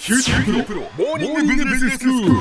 九州大学モーニングビジネススクール。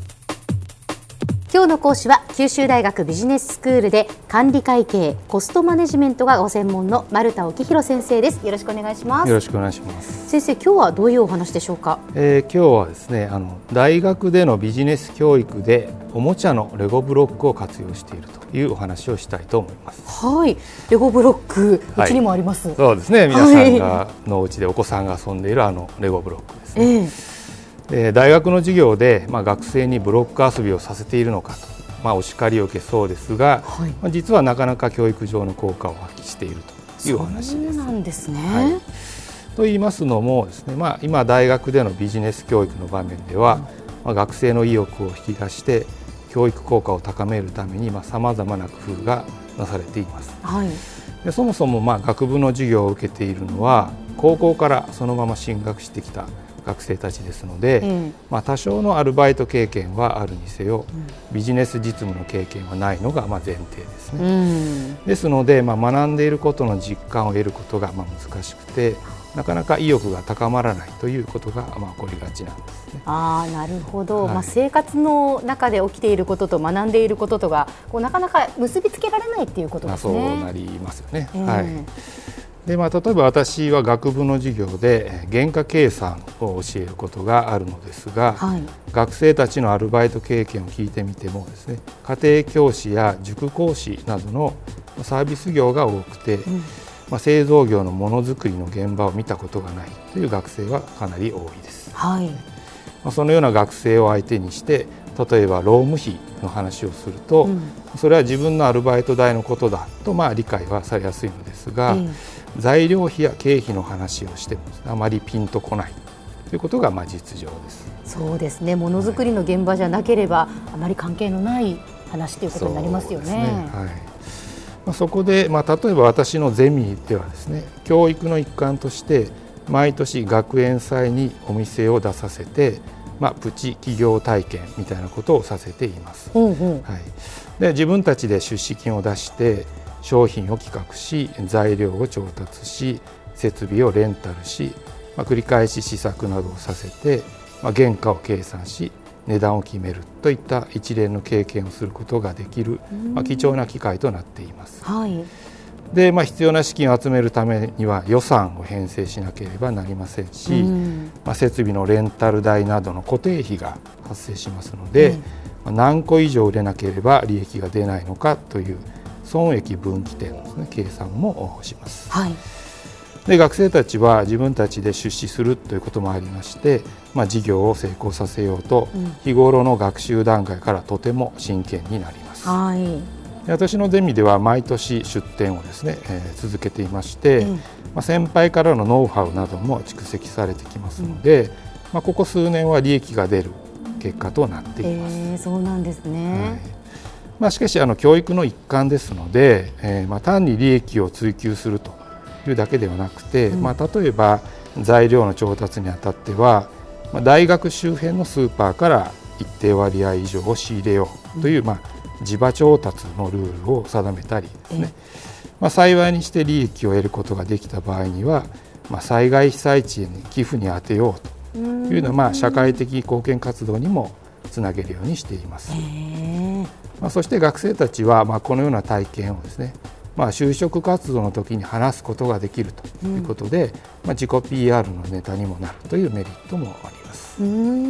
今日の講師は九州大学ビジネススクールで管理会計コストマネジメントがご専門の丸田沖弘先生です。よろしくお願いします。 よろしくお願いします。 先生、今日はどういうお話でしょうか？ 今日はですね、大学でのビジネス教育でおもちゃのレゴブロックを活用しているというお話をしたいと思います。 はい、レゴブロック、うちにもあります。 そうですね、皆さんがのお家でお子さんが遊んでいるレゴブロックですね。大学の授業で、学生にブロック遊びをさせているのかと、お叱りを受けそうですが、実はなかなか教育上の効果を発揮しているというお話です。 そうなんですね。 と言いますのもですね、今大学でのビジネス教育の場面では、学生の意欲を引き出して教育効果を高めるためにさまざまな工夫がなされています。でそもそも学部の授業を受けているのは高校からそのまま進学してきた学生たちですので、多少のアルバイト経験はあるにせよ、ビジネス実務の経験はないのが前提ですね。ですので、学んでいることの実感を得ることが難しくて、なかなか意欲が高まらないということが起こりがちなんですね。 なるほど。生活の中で起きていることと学んでいることとがなかなか結びつけられないっていうことですね。 そうなりますよね。で例えば私は学部の授業で原価計算を教えることがあるのですが、学生たちのアルバイト経験を聞いてみてもですね、家庭教師や塾講師などのサービス業が多くて、製造業のものづくりの現場を見たことがないという学生はかなり多いです。そのような学生を相手にして、例えば労務費の話をすると、それは自分のアルバイト代のことだと理解はされやすいのですが、材料費や経費の話をしてもあまりピンとこないということが実情です。 そうですね。ものづくりの現場じゃなければ、あまり関係のない話ということになりますよね。 そこで、例えば私のゼミではですね、教育の一環として毎年学園祭にお店を出させて、プチ企業体験みたいなことをさせています。で自分たちで出資金を出して商品を企画し、材料を調達し、設備をレンタルし、繰り返し試作などをさせて、原価を計算し値段を決めるといった一連の経験をすることができる、貴重な機会となっています。で必要な資金を集めるためには予算を編成しなければなりませんし、設備のレンタル代などの固定費が発生しますので、何個以上売れなければ利益が出ないのかという損益分岐点ですね、計算もします。で学生たちは自分たちで出資するということもありまして、事業を成功させようと日頃の学習段階からとても真剣になります。私のゼミでは毎年出展をですね、続けていまして、先輩からのノウハウなども蓄積されてきますので、ここ数年は利益が出る結果となっています。 そうなんですね。 しかし教育の一環ですので、単に利益を追求するというだけではなくて、例えば材料の調達にあたっては、大学周辺のスーパーから一定割合以上を仕入れようという、地場調達のルールを定めたりですね、幸いにして利益を得ることができた場合には、災害被災地への寄付に充てようというのは、社会的貢献活動にもつなげるようにしています。そして学生たちは、このような体験をですね、就職活動の時に話すことができるということで、自己 PR のネタにもなるというメリットもあります。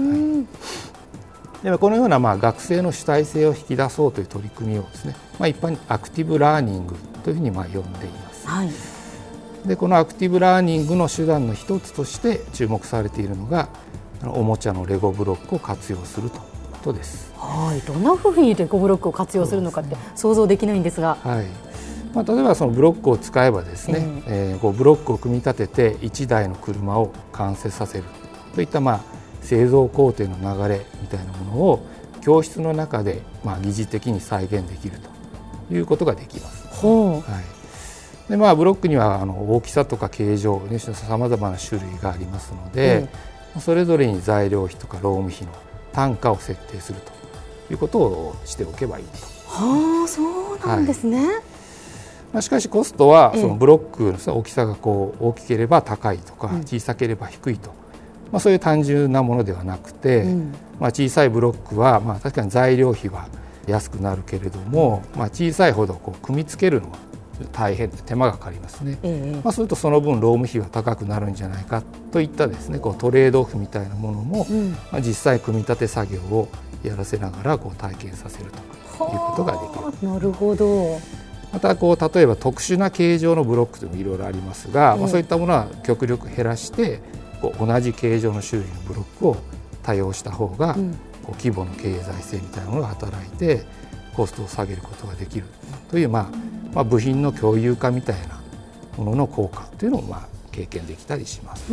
でこのような学生の主体性を引き出そうという取り組みをですね、一般にアクティブラーニングというふうに呼んでいます。でこのアクティブラーニングの手段の一つとして注目されているのが、おもちゃのレゴブロックを活用するということです。 どんなふうにレゴブロックを活用するのかって想像できないんですが、 例えばそのブロックを使えばですね、ブロックを組み立てて1台の車を完成させるといった製造工程の流れみたいなものを教室の中で疑似的に再現できるということができます。でブロックには大きさとか形状、さまざまな種類がありますので、それぞれに材料費とか労務費の単価を設定するということをしておけばいいと。 そうなんですね。 しかしコストはそのブロックの大きさが大きければ高いとか小さければ低いとそういう単純なものではなくて、小さいブロックは、確かに材料費は安くなるけれども、小さいほど組み付けるのは大変で手間がかかりますね。するとその分労務費は高くなるんじゃないかといったですね、トレードオフみたいなものも、実際組み立て作業をやらせながら体験させるということができる。 なるほど。 また例えば特殊な形状のブロックというのもいろいろありますが、そういったものは極力減らして同じ形状の種類のブロックを多用した方が、規模の経済性みたいなものが働いてコストを下げることができるという、部品の共有化みたいなものの効果というのを経験できたりします。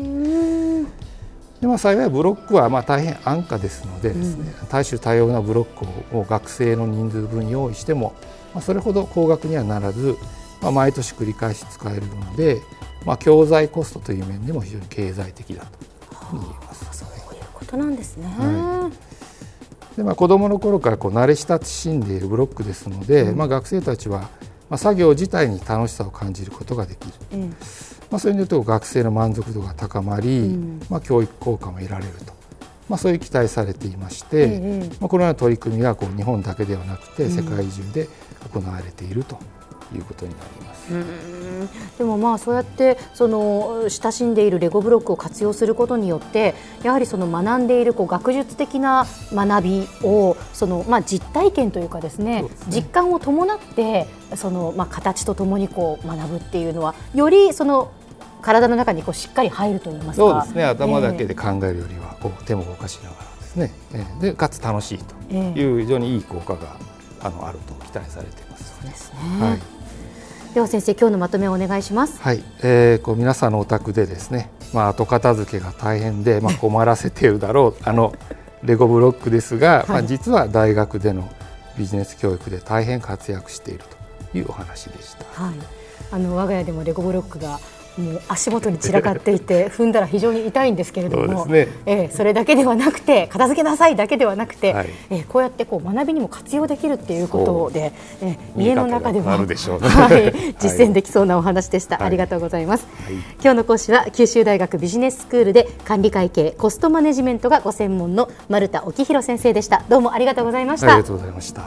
で幸いブロックは大変安価ですのでですね、多種多様なブロックを学生の人数分用意しても、それほど高額にはならず、毎年繰り返し使えるので、教材コストという面でも非常に経済的だと言えます。 そういうことなんですね。 で子どもの頃から慣れ親しんでいるブロックですので、学生たちは作業自体に楽しさを感じることができる、それによって学生の満足度が高まり、教育効果も得られると、そういう期待されていまして、このような取り組みが日本だけではなくて世界中で行われているということになります。 でもそうやって親しんでいるレゴブロックを活用することによってやはり学んでいる学術的な学びを実体験というかですね、実感を伴って形とともに学ぶっていうのはより体の中にしっかり入るといいますか。 そうですね、頭だけで考えるよりは手も動かしながらですね、でかつ楽しいという非常にいい効果があると期待されています。 そうですね。では先生、今日のまとめをお願いします。 皆さんのお宅でですね、後片付けが大変で、困らせているだろうレゴブロックですが、実は大学でのビジネス教育で大変活躍しているというお話でした。 我が家でもレゴブロックがもう足元に散らかっていて踏んだら非常に痛いんですけれども、それだけではなくて片付けなさいだけではなくて、こうやって学びにも活用できるっていうことで、家の中でも実践できそうなお話でした。ありがとうございます。今日の講師は九州大学ビジネススクールで管理会計コストマネジメントがご専門の丸田沖弘先生でした。どうもありがとうございました。 ありがとうございました。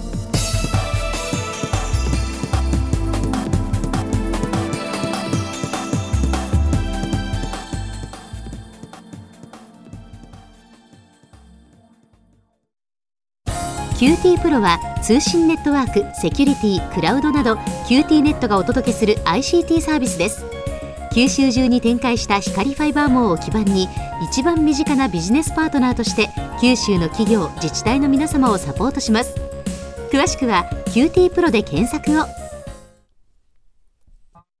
QT プロは通信ネットワーク、セキュリティ、クラウドなど QT ネットがお届けする ICT サービスです。九州中に展開した光ファイバー網を基盤に一番身近なビジネスパートナーとして九州の企業、自治体の皆様をサポートします。詳しくは QT プロで検索を。